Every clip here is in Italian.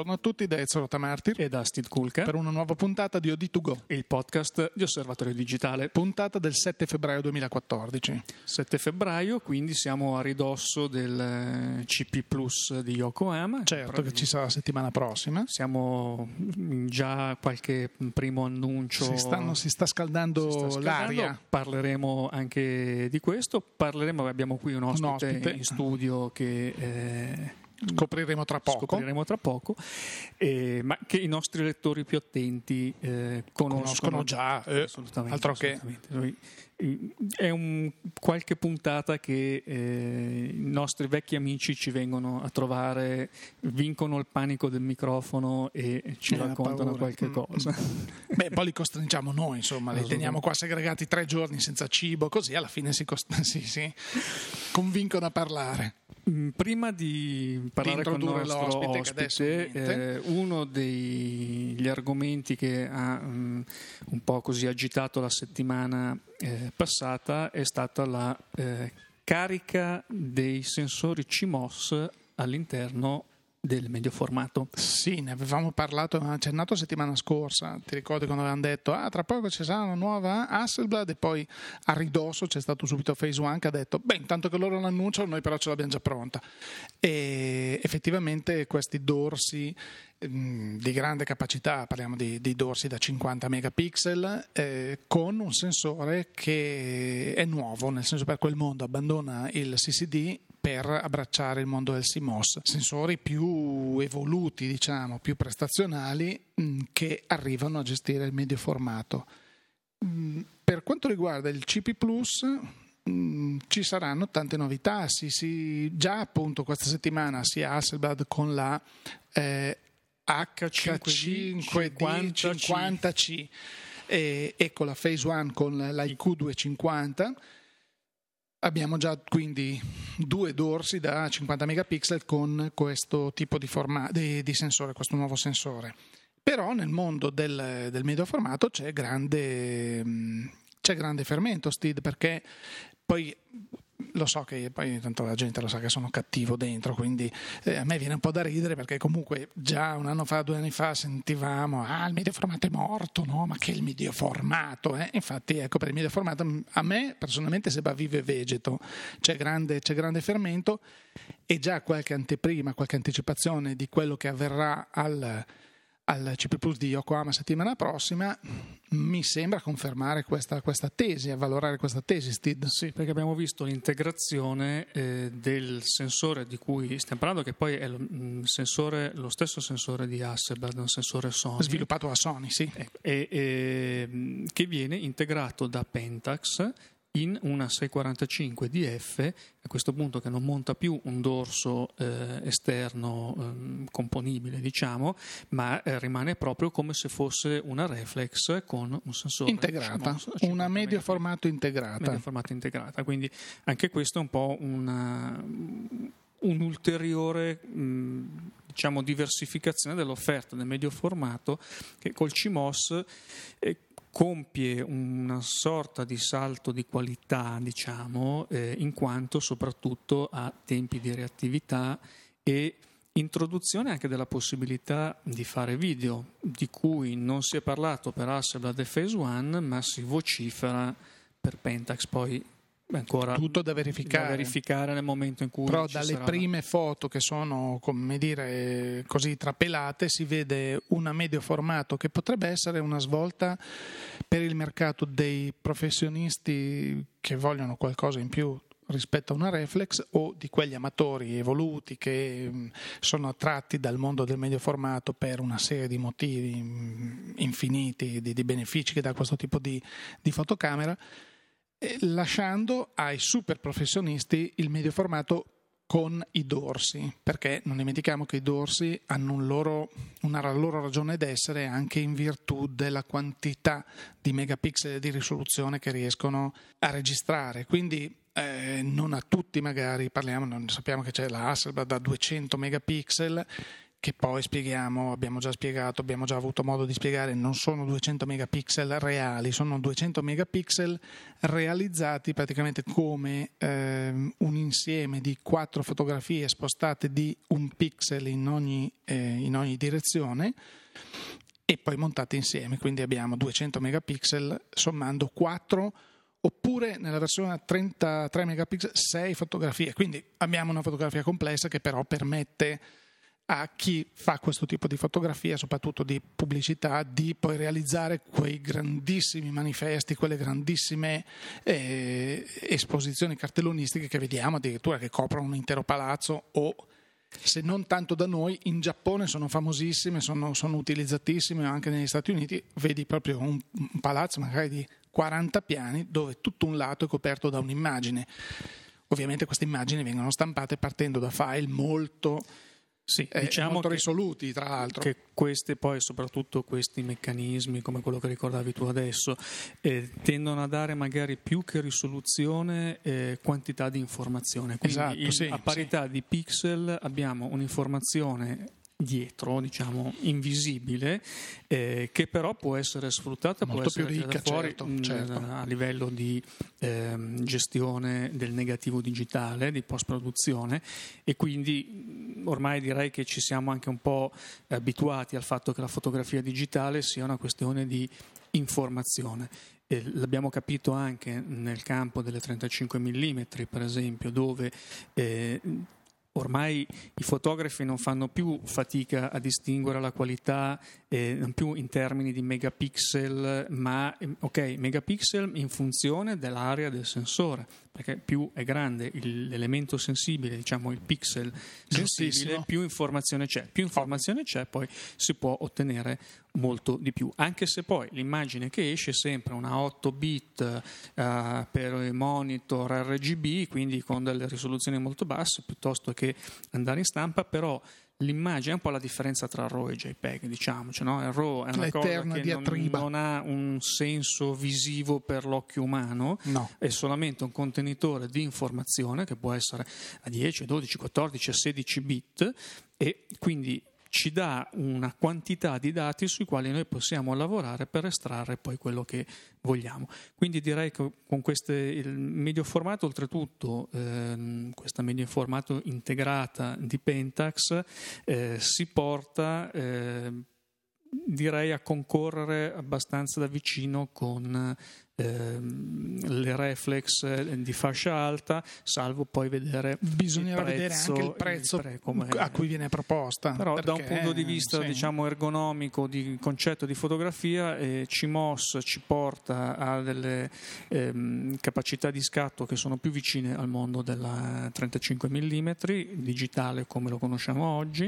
Buongiorno a tutti da Ezio Rotamartir e da Steve Kulka per una nuova puntata di OD2Go, il podcast di Osservatorio Digitale. Puntata del 7 febbraio 2014. 7 febbraio, quindi siamo a ridosso del CP Plus di Yokohama. Certo che ci sarà la settimana prossima. Siamo già qualche primo annuncio. Si sta scaldando l'aria. Parleremo anche di questo. Abbiamo qui un ospite in studio che scopriremo tra poco, ma che i nostri lettori più attenti conoscono già, assolutamente, altro assolutamente. È qualche puntata che i nostri vecchi amici ci vengono a trovare, vincono il panico del microfono e ci raccontano qualche cosa. Beh, poi li costringiamo noi, insomma, li teniamo qua segregati 3 giorni senza cibo, così alla fine si convincono a parlare. Prima di parlare con il nostro ospite, uno degli argomenti che ha un po' così agitato la settimana passata è stata la carica dei sensori CMOS all'interno del medio formato. Sì, ne avevamo parlato, accennato settimana scorsa, ti ricordi quando avevamo detto tra poco ci sarà una nuova Hasselblad e poi a ridosso c'è stato subito Phase One che ha detto intanto che loro l'annunciano noi però ce l'abbiamo già pronta, e effettivamente questi dorsi di grande capacità, parliamo di dorsi da 50 megapixel con un sensore che è nuovo, nel senso per quel mondo abbandona il CCD per abbracciare il mondo del CMOS, sensori più evoluti, diciamo, più prestazionali che arrivano a gestire il medio formato. Per quanto riguarda il CP Plus ci saranno tante novità, già appunto questa settimana sia Hasselblad con la H5D50C e con la Phase One con l'IQ 250. Abbiamo già quindi 2 dorsi da 50 megapixel con questo tipo di sensore, questo nuovo sensore. Però nel mondo del medio formato c'è grande fermento, Steve, perché poi lo so che poi tanto la gente lo sa che sono cattivo dentro, quindi a me viene un po' da ridere, perché comunque già 1 anno fa, 2 anni fa sentivamo il medio formato è morto, no? Ma che il medio formato? Infatti ecco, per il medio formato a me personalmente sembra vive e vegeto, c'è grande fermento e già qualche anteprima, qualche anticipazione di quello che avverrà al CP Plus di Yokohama settimana prossima mi sembra confermare questa tesi, avvalorare questa tesi, Steve. Sì, perché abbiamo visto l'integrazione del sensore di cui stiamo parlando, che poi è lo stesso sensore di Hasselblad, un sensore Sony sviluppato da Sony, sì, che viene integrato da Pentax in una 645 DF, a questo punto che non monta più un dorso esterno componibile, diciamo, ma rimane proprio come se fosse una reflex con un sensore integrata, una medio formato integrata. Quindi anche questo è un po' un'ulteriore diciamo diversificazione dell'offerta del medio formato, che col CMOS compie una sorta di salto di qualità, diciamo, in quanto soprattutto ha tempi di reattività e introduzione anche della possibilità di fare video, di cui non si è parlato per Hasselblad e Phase One, ma si vocifera per Pentax. Poi ancora tutto da verificare nel momento in cui però dalle prime foto che sono, come dire, così trapelate, si vede una medio formato che potrebbe essere una svolta per il mercato dei professionisti che vogliono qualcosa in più rispetto a una reflex, o di quegli amatori evoluti che sono attratti dal mondo del medio formato per una serie di motivi infiniti, di benefici che dà questo tipo di fotocamera, lasciando ai super professionisti il medio formato con i dorsi, perché non dimentichiamo che i dorsi hanno una loro ragione d'essere anche in virtù della quantità di megapixel di risoluzione che riescono a registrare. Quindi non a tutti magari sappiamo che c'è la Hasselblad da 200 megapixel che poi abbiamo già avuto modo di spiegare, non sono 200 megapixel reali, sono 200 megapixel realizzati praticamente come un insieme di 4 fotografie spostate di un pixel in ogni direzione e poi montate insieme, quindi abbiamo 200 megapixel sommando 4, oppure nella versione a 33 megapixel 6 fotografie, quindi abbiamo una fotografia complessa che però permette a chi fa questo tipo di fotografia, soprattutto di pubblicità, di poi realizzare quei grandissimi manifesti, quelle grandissime esposizioni cartellonistiche che vediamo addirittura che coprono un intero palazzo, o se non tanto da noi, in Giappone sono famosissime, sono utilizzatissime, anche negli Stati Uniti vedi proprio un palazzo magari di 40 piani dove tutto un lato è coperto da un'immagine. Ovviamente queste immagini vengono stampate partendo da file molto molto risoluti, tra l'altro. Che queste poi, soprattutto questi meccanismi come quello che ricordavi tu adesso, tendono a dare magari più che risoluzione quantità di informazione, quindi a parità di pixel abbiamo un'informazione dietro, diciamo invisibile, che però può essere sfruttata, molto può essere più ricca, fuori certo. A livello di gestione del negativo digitale, di post-produzione, e quindi ormai direi che ci siamo anche un po' abituati al fatto che la fotografia digitale sia una questione di informazione. L'abbiamo capito anche nel campo delle 35 mm, per esempio, dove ormai i fotografi non fanno più fatica a distinguere la qualità, non più in termini di megapixel, ma megapixel in funzione dell'area del sensore, perché più è grande l'elemento sensibile, diciamo il pixel sensibile, più informazione c'è. Più informazione c'è, poi si può ottenere molto di più, anche se poi l'immagine che esce è sempre una 8 bit per il monitor RGB, quindi con delle risoluzioni molto basse, piuttosto che andare in stampa. Però l'immagine è un po' la differenza tra RAW e JPEG, diciamoci, no? Il RAW è una cosa che non ha un senso visivo per l'occhio umano, è solamente un contenitore di informazione che può essere a 10, 12, 14, 16 bit, e quindi ci dà una quantità di dati sui quali noi possiamo lavorare per estrarre poi quello che vogliamo. Quindi direi che con il medio formato, oltretutto questa medio formato integrata di Pentax si porta direi a concorrere abbastanza da vicino con le reflex di fascia alta, salvo poi vedere vedere anche il prezzo a cui viene proposta. Però da un punto di vista diciamo ergonomico, di concetto di fotografia, CMOS ci porta a delle capacità di scatto che sono più vicine al mondo della 35 mm digitale come lo conosciamo oggi,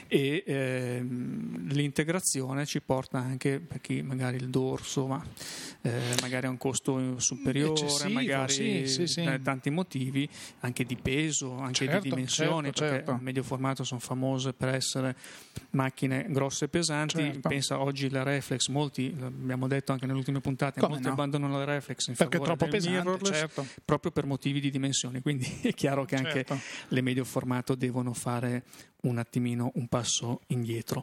e l'integrazione ci porta anche, per chi magari il dorso magari ha un costo superiore, magari tanti motivi anche di peso, anche di dimensioni, perché il medio formato sono famose per essere macchine grosse e pesanti. Pensa oggi le reflex, molti, l'abbiamo detto anche nelle ultime puntate, abbandonano le reflex in favore del mirrorless, proprio per motivi di dimensioni, quindi è chiaro che anche le medio formato devono fare un attimino un passo indietro.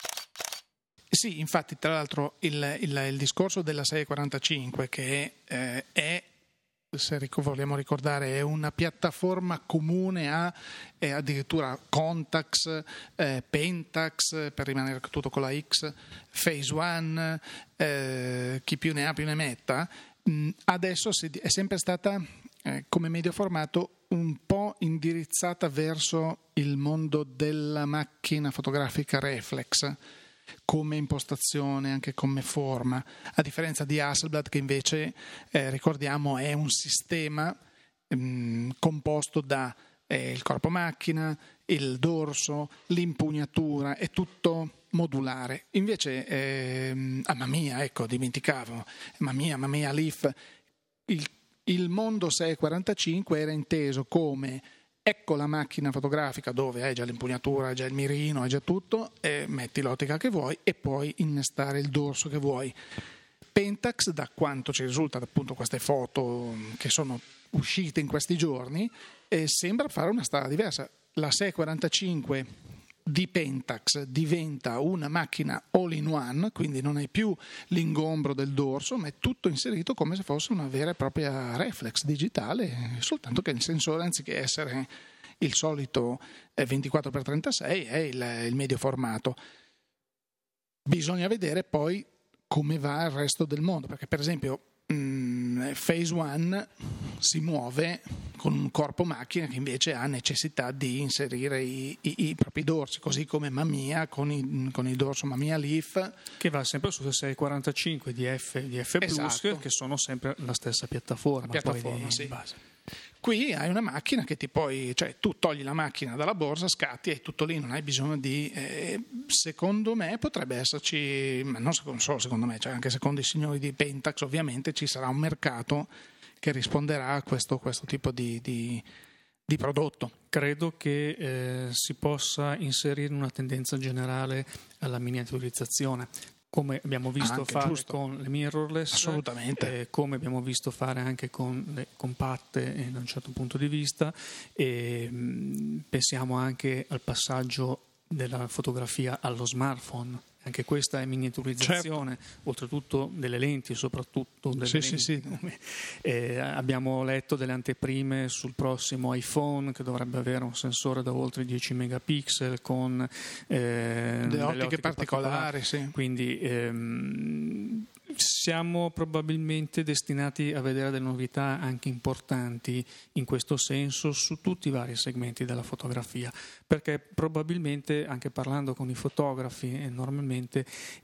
Sì, infatti, tra l'altro il discorso della 645, che è, se vogliamo ricordare, è una piattaforma comune a addirittura Contax, Pentax, per rimanere tutto con la X, Phase One, chi più ne ha più ne metta, adesso è sempre stata come medio formato un po' indirizzata verso il mondo della macchina fotografica reflex, come impostazione, anche come forma, a differenza di Hasselblad, che invece ricordiamo è un sistema composto da il corpo macchina, il dorso, l'impugnatura, è tutto modulare. Invece Mamiya, dimenticavo, Mamiya Leaf, il mondo 645 era inteso come: ecco la macchina fotografica dove hai già l'impugnatura, hai già il mirino, hai già tutto, e metti l'ottica che vuoi e puoi innestare il dorso che vuoi. Pentax, da quanto ci risulta appunto queste foto che sono uscite in questi giorni, sembra fare una strada diversa. La 645 di Pentax diventa una macchina all-in-one, quindi non hai più l'ingombro del dorso, ma è tutto inserito come se fosse una vera e propria reflex digitale, soltanto che il sensore, anziché essere il solito 24x36, è il medio formato. Bisogna vedere poi come va il resto del mondo, perché per esempio Phase One si muove con un corpo macchina che invece ha necessità di inserire i propri dorsi, così come Mamiya con il dorso Mamiya Leaf, che va sempre su 645 di F esatto. Plus, che sono sempre la stessa piattaforma, poi sì. di base. Qui hai una macchina che cioè tu togli la macchina dalla borsa, scatti, è tutto lì, non hai bisogno di... secondo me potrebbe esserci, ma non solo secondo me, cioè anche secondo i signori di Pentax ovviamente ci sarà un mercato che risponderà a questo tipo di prodotto. Credo che si possa inserire una tendenza generale alla miniaturizzazione, come abbiamo visto fare giusto. con le mirrorless, assolutamente, come abbiamo visto fare anche con le compatte da un certo punto di vista, e pensiamo anche al passaggio della fotografia allo smartphone. Anche questa è miniaturizzazione, certo. Oltretutto delle lenti, soprattutto delle lenti. Sì. Abbiamo letto delle anteprime sul prossimo iPhone che dovrebbe avere un sensore da oltre 10 megapixel con delle ottiche particolari. Sì. Quindi siamo probabilmente destinati a vedere delle novità anche importanti in questo senso su tutti i vari segmenti della fotografia, perché probabilmente, anche parlando con i fotografi, normalmente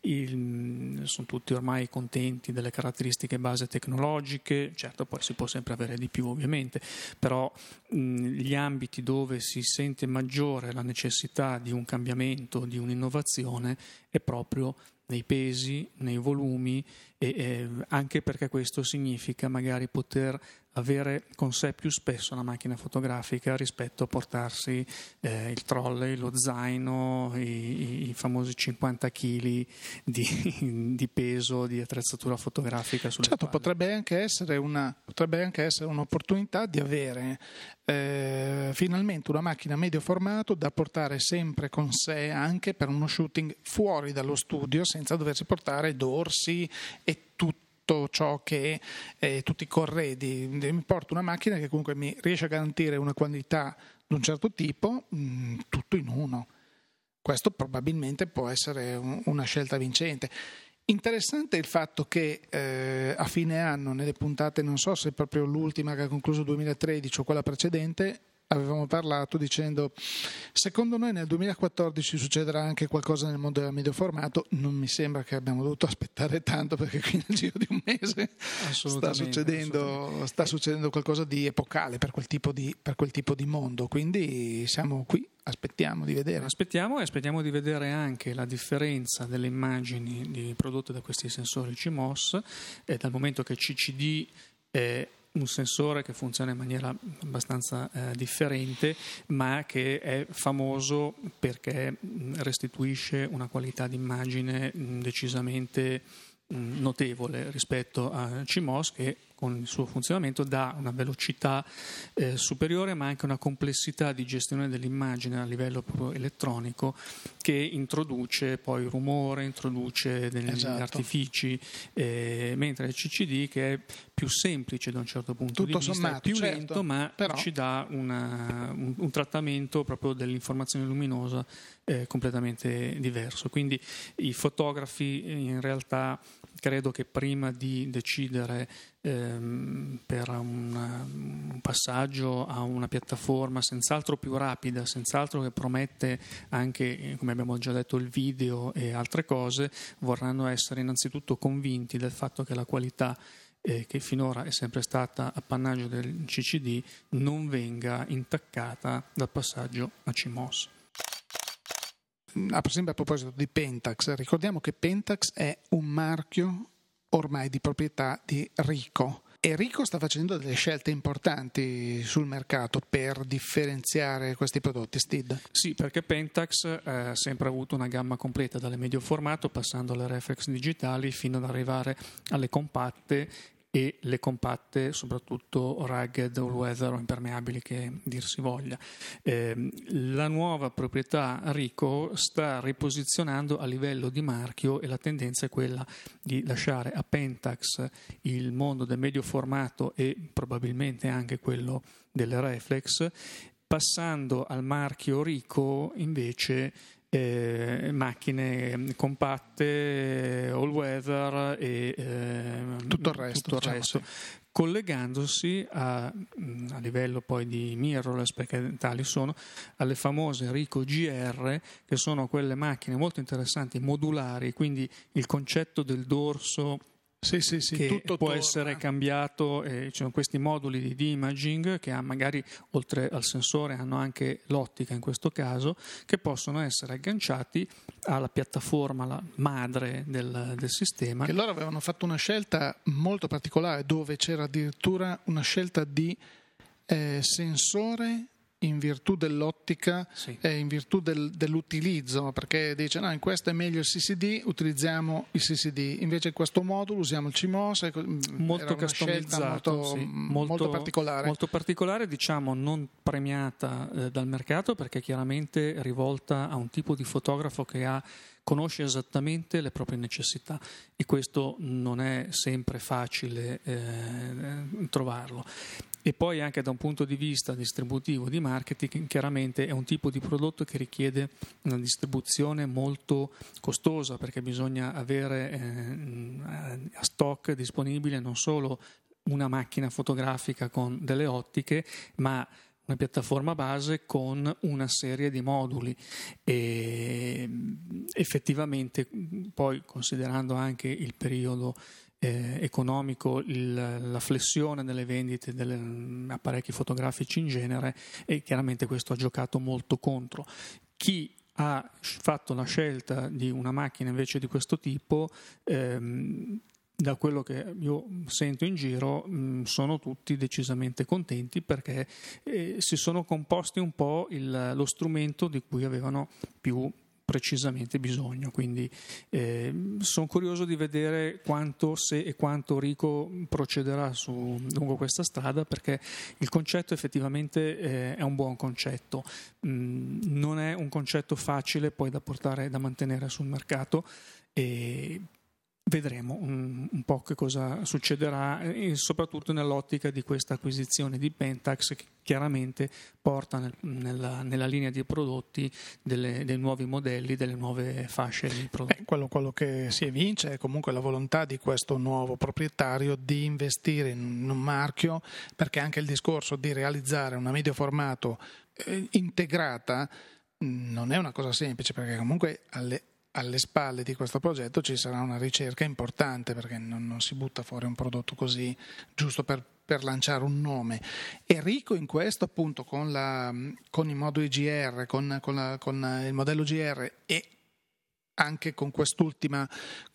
sono tutti ormai contenti delle caratteristiche base tecnologiche. Certo, poi si può sempre avere di più ovviamente, però gli ambiti dove si sente maggiore la necessità di un cambiamento, di un'innovazione, è proprio nei pesi, nei volumi, e anche perché questo significa magari poter avere con sé più spesso una macchina fotografica rispetto a portarsi il trolley, lo zaino, i famosi 50 kg di peso di attrezzatura fotografica sulle Certo, spalle. potrebbe anche essere un'opportunità di avere finalmente una macchina medio formato da portare sempre con sé anche per uno shooting fuori dallo studio, senza doversi portare dorsi e tutto ciò che tutti i corredi. Mi porto una macchina che comunque mi riesce a garantire una quantità di un certo tipo, tutto in uno. Questo probabilmente può essere una scelta vincente. Interessante il fatto che a fine anno, nelle puntate, non so se proprio l'ultima che ha concluso 2013 o quella precedente, avevamo parlato dicendo: secondo noi nel 2014 succederà anche qualcosa nel mondo del medio formato. Non mi sembra che abbiamo dovuto aspettare tanto, perché qui nel giro di un mese sta succedendo qualcosa di epocale per quel tipo di mondo, quindi siamo qui, aspettiamo di vedere. Aspettiamo di vedere anche la differenza delle immagini prodotte da questi sensori CMOS, dal momento che CCD è un sensore che funziona in maniera abbastanza differente, ma che è famoso perché restituisce una qualità di immagine decisamente notevole rispetto a CMOS, che con il suo funzionamento dà una velocità superiore, ma anche una complessità di gestione dell'immagine a livello proprio elettronico, che introduce poi rumore, introduce degli artifici, mentre il CCD, che è più semplice da un certo punto tutto di vista, sommato, è più certo, lento, ma però ci dà un trattamento proprio dell'informazione luminosa completamente diverso. Quindi i fotografi in realtà credo che prima di decidere per un passaggio a una piattaforma senz'altro più rapida, senz'altro che promette anche, come abbiamo già detto, il video e altre cose, vorranno essere innanzitutto convinti del fatto che la qualità che finora è sempre stata appannaggio del CCD non venga intaccata dal passaggio a CMOS. Sempre a proposito di Pentax, ricordiamo che Pentax è un marchio ormai di proprietà di Ricoh, e Ricoh sta facendo delle scelte importanti sul mercato per differenziare questi prodotti. Steve? Sì, perché Pentax ha sempre avuto una gamma completa, dalle medio formato, passando alle reflex digitali, fino ad arrivare alle compatte, e le compatte, soprattutto rugged, all weather o impermeabili che dir si voglia. La nuova proprietà Ricoh sta riposizionando a livello di marchio, e la tendenza è quella di lasciare a Pentax il mondo del medio formato e probabilmente anche quello delle reflex, passando al marchio Ricoh invece macchine compatte, all weather e tutto il resto, sì. Collegandosi a livello poi di mirrorless, perché tali sono, alle famose Ricoh GR, che sono quelle macchine molto interessanti, modulari, quindi il concetto del dorso che tutto può essere cambiato. Ci sono questi moduli di imaging che magari oltre al sensore hanno anche l'ottica in questo caso, che possono essere agganciati alla piattaforma la madre del sistema. Che loro avevano fatto una scelta molto particolare, dove c'era addirittura una scelta di sensore in virtù dell'ottica, in virtù dell'utilizzo, perché dice no, in questo è meglio il CCD, utilizziamo il CCD, invece in questo modulo usiamo il CMOS. Molto customizzato, molto particolare. Molto particolare, diciamo non premiata dal mercato, perché chiaramente rivolta a un tipo di fotografo che conosce esattamente le proprie necessità, e questo non è sempre facile trovarlo. E poi anche da un punto di vista distributivo, di marketing, chiaramente è un tipo di prodotto che richiede una distribuzione molto costosa, perché bisogna avere a stock disponibile non solo una macchina fotografica con delle ottiche, ma una piattaforma base con una serie di moduli. E effettivamente poi, considerando anche il periodo economico, la flessione delle vendite degli apparecchi fotografici in genere, e chiaramente questo ha giocato molto contro. Chi ha fatto la scelta di una macchina invece di questo tipo, da quello che io sento in giro, sono tutti decisamente contenti, perché si sono composti un po' lo strumento di cui avevano più precisamente bisogno. Quindi sono curioso di vedere se e quanto Ricoh procederà lungo questa strada, perché il concetto effettivamente è un buon concetto. Non è un concetto facile poi da mantenere sul mercato, e vedremo un po' che cosa succederà, soprattutto nell'ottica di questa acquisizione di Pentax, che chiaramente porta nella linea di prodotti dei nuovi modelli, delle nuove fasce di prodotti. Quello che si evince è comunque la volontà di questo nuovo proprietario di investire in un marchio, perché anche il discorso di realizzare una medio formato integrata non è una cosa semplice, perché comunque alle spalle di questo progetto ci sarà una ricerca importante, perché non si butta fuori un prodotto così giusto per lanciare un nome. E Ricoh in questo, appunto, con i moduli GR, con il modello GR, e anche con quest'ultima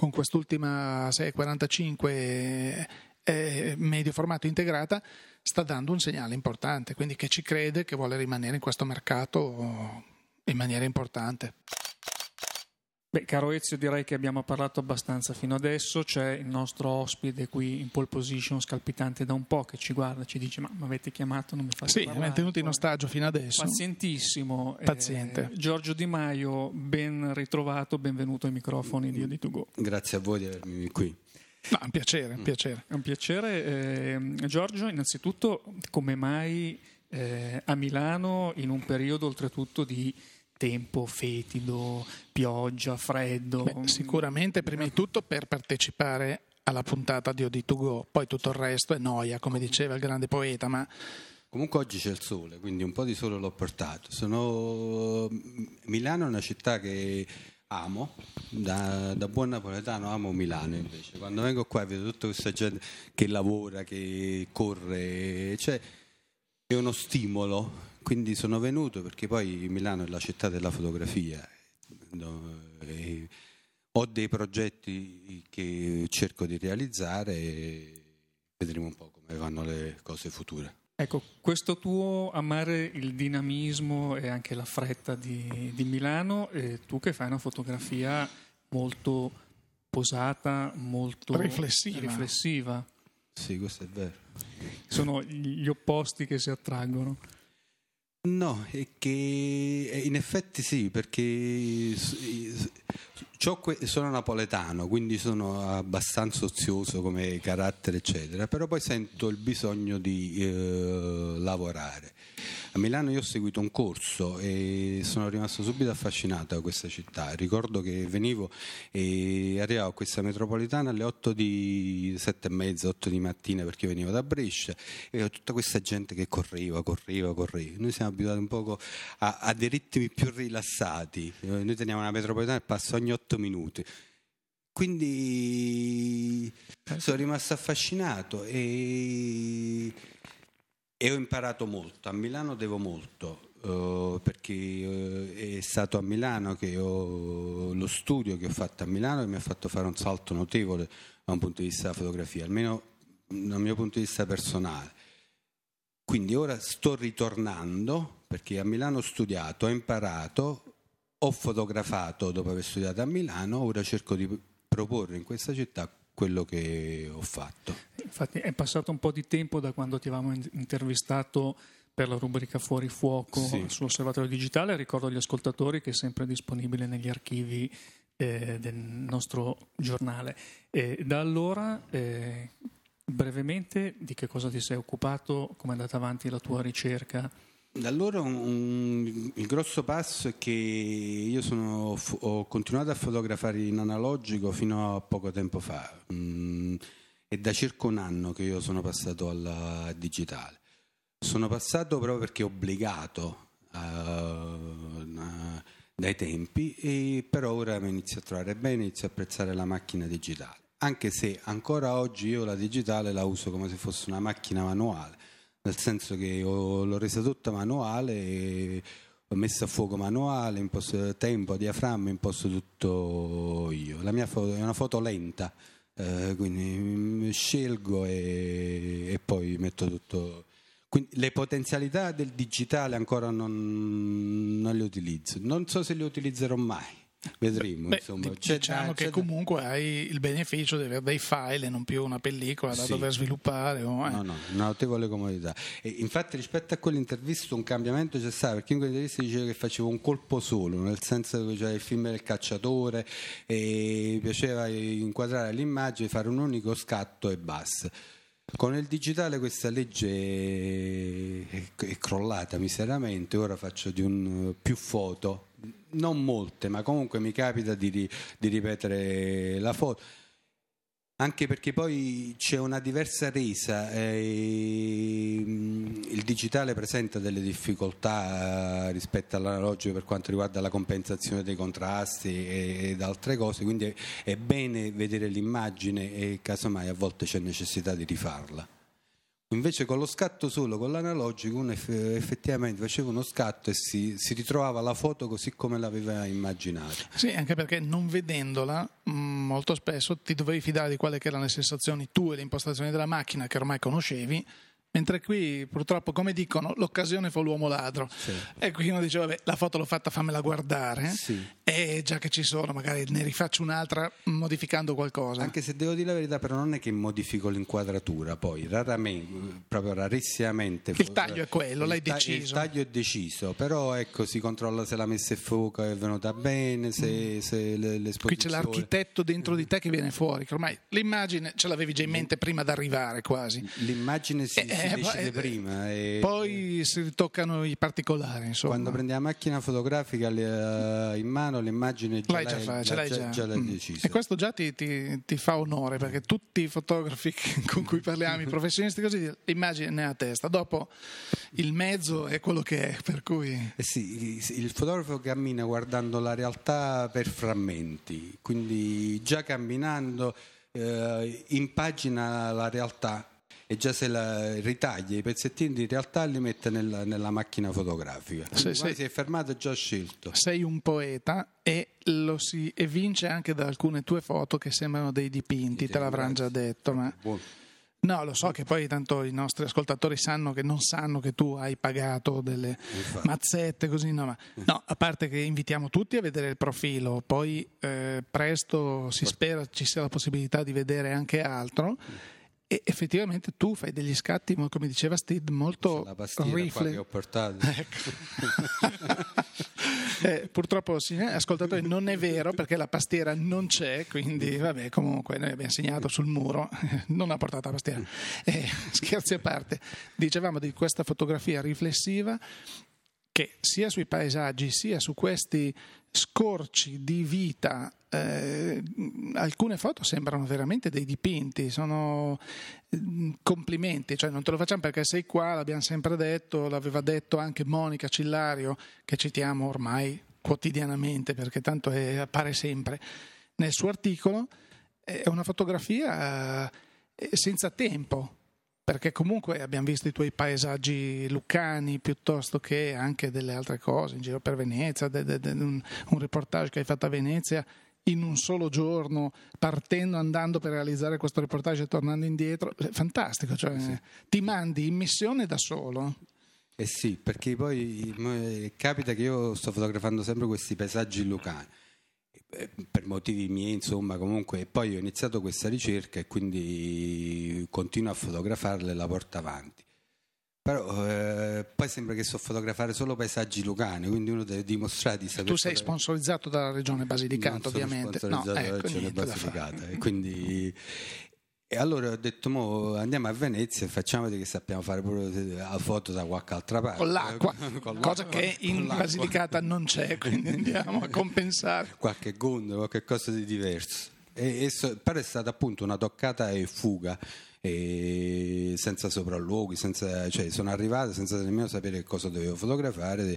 645 medio formato integrata, sta dando un segnale importante, quindi che ci crede, che vuole rimanere in questo mercato in maniera importante. Beh, caro Ezio, direi che abbiamo parlato abbastanza fino adesso. C'è il nostro ospite qui in pole position, scalpitante da un po', che ci guarda, ci dice: ma mi avete chiamato, non mi fate parlare? Sì, è tenuto in ostaggio fino adesso. Pazientissimo. Paziente. Giorgio Di Maio, ben ritrovato, benvenuto ai microfoni di OD2Go. Grazie a voi di avermi qui. No, è un piacere, È un piacere. Giorgio, innanzitutto, come mai a Milano, in un periodo oltretutto di tempo fetido, pioggia, freddo? Sicuramente prima di tutto per partecipare alla puntata di OD2Go, poi tutto il resto è noia, come diceva il grande poeta, ma comunque oggi c'è il sole, quindi un po' di sole l'ho portato. Milano è una città che amo, da buon napoletano amo Milano. Invece quando vengo qua vedo tutta questa gente che lavora, che corre, cioè è uno stimolo. Quindi sono venuto perché poi Milano è la città della fotografia. Ho dei progetti che cerco di realizzare e vedremo un po' come vanno le cose future. Ecco, questo tuo amare il dinamismo e anche la fretta di Milano, tu che fai una fotografia molto posata, molto riflessiva. Sì, questo è vero. Sono gli opposti che si attraggono. No, è che in effetti sì, perché sono napoletano, quindi sono abbastanza ozioso come carattere, eccetera, però poi sento il bisogno di lavorare. A Milano io ho seguito un corso e sono rimasto subito affascinato da questa città. Ricordo che venivo e arrivavo a questa metropolitana alle 7:30, 8 di mattina, perché io venivo da Brescia, e avevo tutta questa gente che correva. Noi siamo abituati un poco a dei ritmi più rilassati. Noi teniamo una metropolitana che passa ogni 8 minuti. Quindi sono rimasto affascinato e ho imparato molto. A Milano devo molto, perché è stato a Milano che lo studio che ho fatto a Milano che mi ha fatto fare un salto notevole da un punto di vista della fotografia, almeno dal mio punto di vista personale. Quindi ora sto ritornando, perché a Milano ho studiato, ho imparato, ho fotografato dopo aver studiato a Milano, ora cerco di proporre in questa città quello che ho fatto. Infatti è passato un po' di tempo da quando ti avevamo intervistato per la rubrica Fuori Fuoco, sì, sull'Osservatorio Digitale. Ricordo agli ascoltatori che è sempre disponibile negli archivi del nostro giornale. Da allora, brevemente, di che cosa ti sei occupato? Come è andata avanti la tua ricerca? Da allora il grosso passo è che io ho continuato a fotografare in analogico fino a poco tempo fa. È da circa un anno che io sono passato alla digitale. Sono passato proprio perché obbligato dai tempi, e però ora mi inizio a trovare bene, inizio a apprezzare la macchina digitale, anche se ancora oggi io la digitale la uso come se fosse una macchina manuale, nel senso che l'ho resa tutta manuale e ho messo a fuoco manuale, imposto tempo, diaframma, imposto tutto io. La mia foto è una foto lenta, quindi scelgo e poi metto tutto. Quindi le potenzialità del digitale ancora non le utilizzo, non so se le utilizzerò mai. Vedremo, insomma. Diciamo che comunque hai il beneficio di avere dei file e non più una pellicola da dover sviluppare. No, una notevole comodità. E infatti rispetto a quell'intervista un cambiamento c'è stato, perché in quell'intervista diceva che facevo un colpo solo, nel senso che c'era il film del cacciatore e mi piaceva inquadrare l'immagine, fare un unico scatto e basta. Con il digitale questa legge è crollata miseramente, ora faccio più foto, non molte, ma comunque mi capita di ripetere la foto, anche perché poi c'è una diversa resa, il digitale presenta delle difficoltà rispetto all'analogico per quanto riguarda la compensazione dei contrasti ed altre cose, quindi è bene vedere l'immagine e casomai a volte c'è necessità di rifarla. Invece con lo scatto solo, con l'analogico, uno effettivamente faceva uno scatto e si ritrovava la foto così come l'aveva immaginata. Sì, anche perché non vedendola molto spesso ti dovevi fidare di quelle che erano le sensazioni tue, le impostazioni della macchina che ormai conoscevi, mentre qui purtroppo, come dicono, l'occasione fa l'uomo ladro. Sì. E qui uno dice, vabbè, la foto l'ho fatta, fammela guardare, sì, e già che ci sono magari ne rifaccio un'altra modificando qualcosa. Anche se devo dire la verità, però non è che modifico l'inquadratura, poi raramente, proprio rarissimamente. Il taglio è quello, l'hai deciso. Il taglio è deciso, però ecco, si controlla se la messa in fuoco è venuta bene, se l'esposizione. Qui c'è l'architetto dentro di te che viene fuori, che ormai l'immagine ce l'avevi già in mente prima di arrivare quasi. L'immagine si decide prima. Poi si ritoccano i particolari, insomma. Quando prendi la macchina fotografica in mano, l'immagine già l'hai decisa. E questo già ti fa onore, perché tutti i fotografi con cui parliamo, i professionisti così, l'immagine ne ha a testa, dopo il mezzo è quello che è, per cui sì, il fotografo cammina guardando la realtà per frammenti, quindi già camminando impagina la realtà e già se la ritaglia i pezzettini di realtà li mette nella macchina fotografica. Quando si è fermato, già scelto. Sei un poeta e lo si evince anche da alcune tue foto che sembrano dei dipinti, te l'avranno già detto, ma no, lo so che poi tanto i nostri ascoltatori non sanno che tu hai pagato delle mazzette così, no, a parte che invitiamo tutti a vedere il profilo, poi presto si spera ci sia la possibilità di vedere anche altro. E effettivamente tu fai degli scatti, come diceva Steve, molto la pastiera qua che ho portato. Ecco. Purtroppo, ascoltatori, non è vero, perché la pastiera non c'è, quindi vabbè, comunque noi abbiamo segnato sul muro, non ha portato la pastiera. Scherzi a parte, dicevamo di questa fotografia riflessiva che sia sui paesaggi sia su questi scorci di vita, alcune foto sembrano veramente dei dipinti, sono complimenti, cioè non te lo facciamo perché sei qua, l'abbiamo sempre detto, l'aveva detto anche Monica Cillario, che citiamo ormai quotidianamente perché tanto appare sempre nel suo articolo. È una fotografia senza tempo, perché comunque abbiamo visto i tuoi paesaggi lucani piuttosto che anche delle altre cose in giro per Venezia, un reportage che hai fatto a Venezia in un solo giorno, partendo, andando per realizzare questo reportage e tornando indietro. Fantastico, cioè, sì. Ti mandi in missione da solo. Eh sì, perché poi capita che io sto fotografando sempre questi paesaggi lucani per motivi miei, insomma, comunque, e poi ho iniziato questa ricerca e quindi continuo a fotografarla e la porto avanti. Però poi sembra che so fotografare solo paesaggi lucani, quindi uno deve dimostrare di sapere. Tu sei sponsorizzato dalla regione Basilicata, ovviamente. Sponsorizzato dalla regione Basilicata, e quindi e allora ho detto andiamo a Venezia e facciamo vedere che sappiamo fare pure la foto da qualche altra parte con l'acqua, cosa che in Basilicata non c'è, quindi andiamo a compensare qualche gondola, qualche cosa di diverso. Però è stata appunto una toccata e fuga, e senza sopralluoghi, cioè sono arrivato senza nemmeno sapere cosa dovevo fotografare.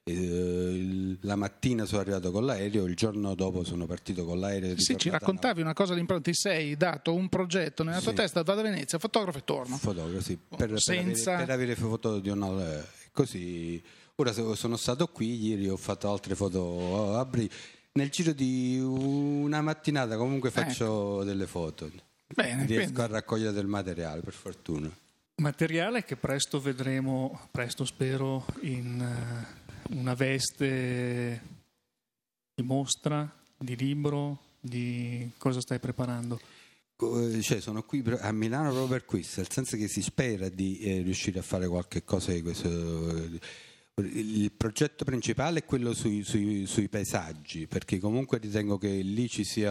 La mattina sono arrivato con l'aereo, il giorno dopo sono partito con l'aereo. Sì, ci raccontavi una cosa all'impronta, ti sei dato un progetto nella tua testa, vado a Venezia, fotografo e torno. Fotografo, sì, per avere foto di così. Ora sono stato qui, ieri ho fatto altre foto nel giro di una mattinata comunque faccio delle foto. Bene, riesco a raccogliere del materiale, per fortuna. Materiale che presto vedremo, spero, in una veste di mostra, di libro, di cosa stai preparando? Cioè, sono qui a Milano proprio per questo, nel senso che si spera di riuscire a fare qualche cosa di questo. Il progetto principale è quello sui paesaggi, perché comunque ritengo che lì ci sia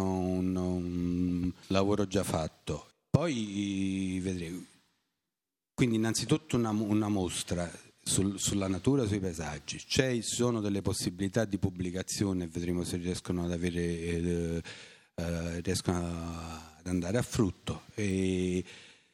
un lavoro già fatto. Poi vedremo. Quindi innanzitutto una mostra sulla natura, sui paesaggi. Ci sono delle possibilità di pubblicazione, vedremo se riescono ad andare a frutto. E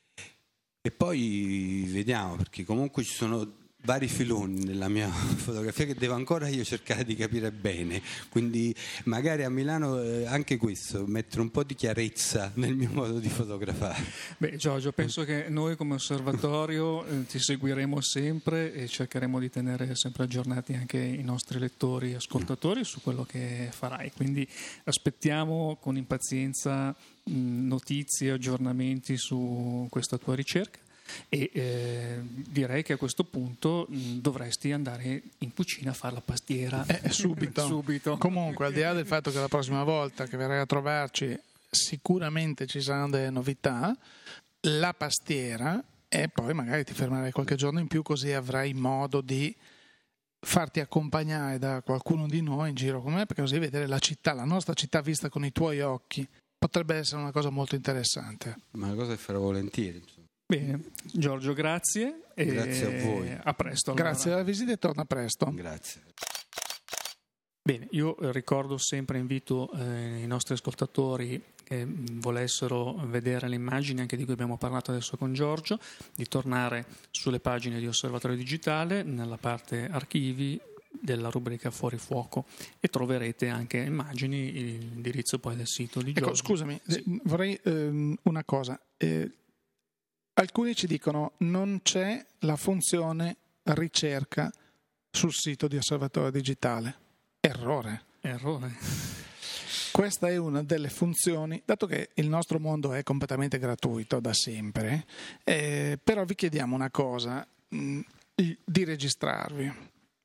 poi vediamo, perché comunque ci sono vari filoni nella mia fotografia che devo ancora io cercare di capire bene, quindi magari a Milano anche questo, mettere un po' di chiarezza nel mio modo di fotografare. Beh, Giorgio, penso che noi come osservatorio ti seguiremo sempre e cercheremo di tenere sempre aggiornati anche i nostri lettori e ascoltatori su quello che farai, quindi aspettiamo con impazienza notizie, aggiornamenti su questa tua ricerca. E direi che a questo punto dovresti andare in cucina a fare la pastiera subito. Comunque, al di là del fatto che la prossima volta che verrai a trovarci sicuramente ci saranno delle novità, la pastiera, e poi magari ti fermerai qualche giorno in più, così avrai modo di farti accompagnare da qualcuno di noi in giro con me, perché così vedere la città, la nostra città vista con i tuoi occhi potrebbe essere una cosa molto interessante. Ma una cosa che farò volentieri, insomma. Bene, Giorgio, grazie. Grazie a voi. A presto. Allora. Grazie della visita e torna presto. Grazie. Bene, io ricordo sempre, invito i nostri ascoltatori che volessero vedere le immagini anche di cui abbiamo parlato adesso con Giorgio, di tornare sulle pagine di Osservatorio Digitale, nella parte archivi della rubrica Fuori Fuoco, e troverete anche immagini, l'indirizzo poi del sito di Giorgio. Scusami, sì. Vorrei una cosa. Alcuni ci dicono non c'è la funzione ricerca sul sito di Osservatorio Digitale. Errore. Questa è una delle funzioni, dato che il nostro mondo è completamente gratuito da sempre, però vi chiediamo una cosa, di registrarvi.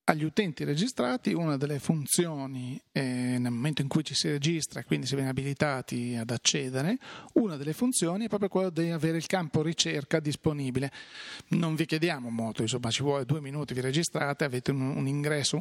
agli utenti registrati una delle funzioni, nel momento in cui ci si registra e quindi si viene abilitati ad accedere, una delle funzioni è proprio quella di avere il campo ricerca disponibile. Non vi chiediamo molto, insomma, ci vuole 2 minuti, vi registrate, avete un ingresso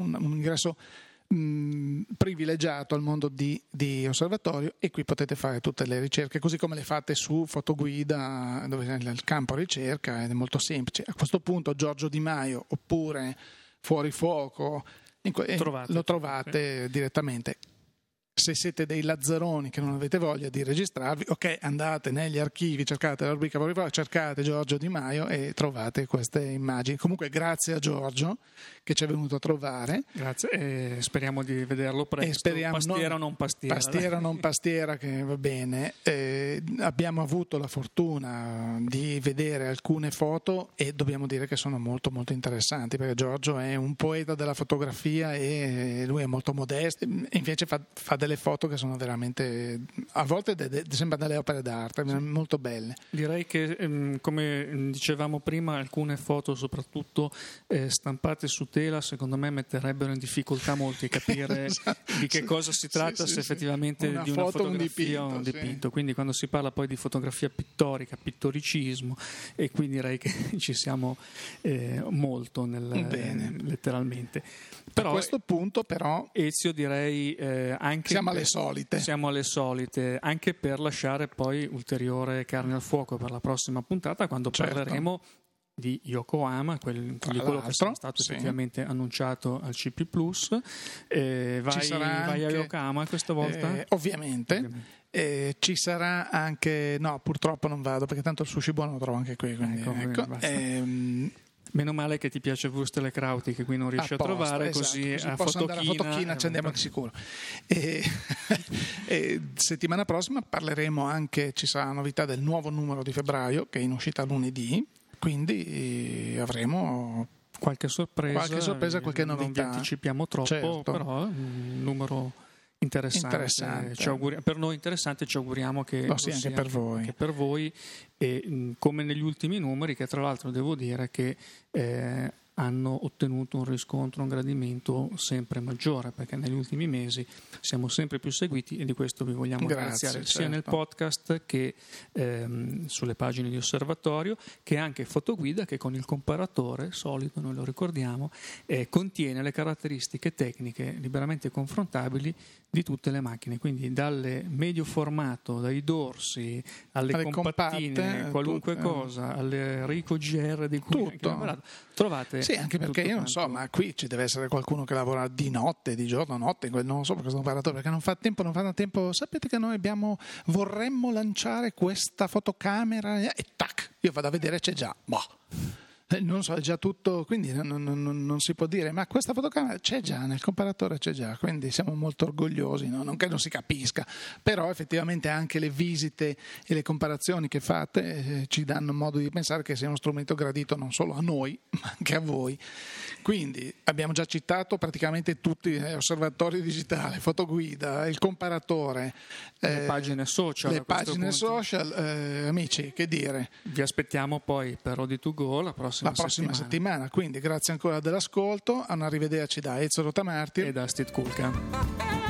privilegiato al mondo di osservatorio, e qui potete fare tutte le ricerche così come le fate su Fotoguida, dove c'è il campo ricerca ed è molto semplice. A questo punto Giorgio Di Maio oppure Fuori Fuoco lo trovate direttamente. Se siete dei lazzaroni che non avete voglia di registrarvi, ok, andate negli archivi, cercate la rubrica Fuori Fuoco, cercate Giorgio Di Maio e trovate queste immagini. Comunque grazie a Giorgio che ci è venuto a trovare. Grazie, e speriamo di vederlo presto. Pastiera o non pastiera? Pastiera o non pastiera, che va bene. Abbiamo avuto la fortuna di vedere alcune foto e dobbiamo dire che sono molto molto interessanti, perché Giorgio è un poeta della fotografia e lui è molto modesto, e invece fa delle foto che sono veramente, a volte sembra delle opere d'arte, molto belle. Direi che, come dicevamo prima, alcune foto soprattutto stampate su tela secondo me metterebbero in difficoltà molti a capire di che cosa si tratta, se effettivamente di una fotografia o un dipinto. Quindi quando si parla poi di fotografia pittorica, pittoricismo, e qui direi che ci siamo molto letteralmente. Però, a questo punto però Ezio, direi anche siamo alle solite, anche per lasciare poi ulteriore carne al fuoco per la prossima puntata, quando parleremo di Yokohama, quello che è stato effettivamente annunciato al CP Plus. Vai a Yokohama questa volta? Ovviamente. Ci sarà anche, no, purtroppo non vado, perché tanto il sushi buono lo trovo anche qui, quindi, meno male che ti piace Wurstelekrauti, che qui non riesci a trovare, esatto, così a Fotochina ci andiamo di sicuro. E settimana prossima parleremo anche, ci sarà la novità del nuovo numero di febbraio che è in uscita lunedì, quindi avremo qualche sorpresa, qualche novità. Non vi anticipiamo troppo, però un numero interessante. Per noi interessante, ci auguriamo che lo sia anche per voi. E come negli ultimi numeri, che tra l'altro devo dire che hanno ottenuto un riscontro, un gradimento sempre maggiore, perché negli ultimi mesi siamo sempre più seguiti, e di questo vi vogliamo ringraziare, sia nel podcast che sulle pagine di Osservatorio, che anche Fotoguida, che con il comparatore solito, noi lo ricordiamo, contiene le caratteristiche tecniche liberamente confrontabili di tutte le macchine, quindi dalle medio formato, dai dorsi alle compattine, qualunque cosa, alle Ricoh GR di cui anche parlato, trovate. Sì, anche perché io non so, ma qui ci deve essere qualcuno che lavora di notte, di giorno, notte, non lo so, per questo comparatore, perché non fa tempo. Sapete che noi vorremmo lanciare questa fotocamera e tac, io vado a vedere, c'è già. Non so, è già tutto, quindi non si può dire, ma questa fotocamera c'è già, nel comparatore c'è già, quindi siamo molto orgogliosi, no? Non che non si capisca, però effettivamente anche le visite e le comparazioni che fate ci danno modo di pensare che sia uno strumento gradito non solo a noi, ma anche a voi. Quindi abbiamo già citato praticamente tutti: Osservatorio Digitale, Fotoguida, il comparatore, le pagine social. Amici, che dire? Vi aspettiamo poi per Ready2Go la prossima settimana. Quindi grazie ancora dell'ascolto, a un arrivederci da Ezio Rotamartir e da Steve Kulka.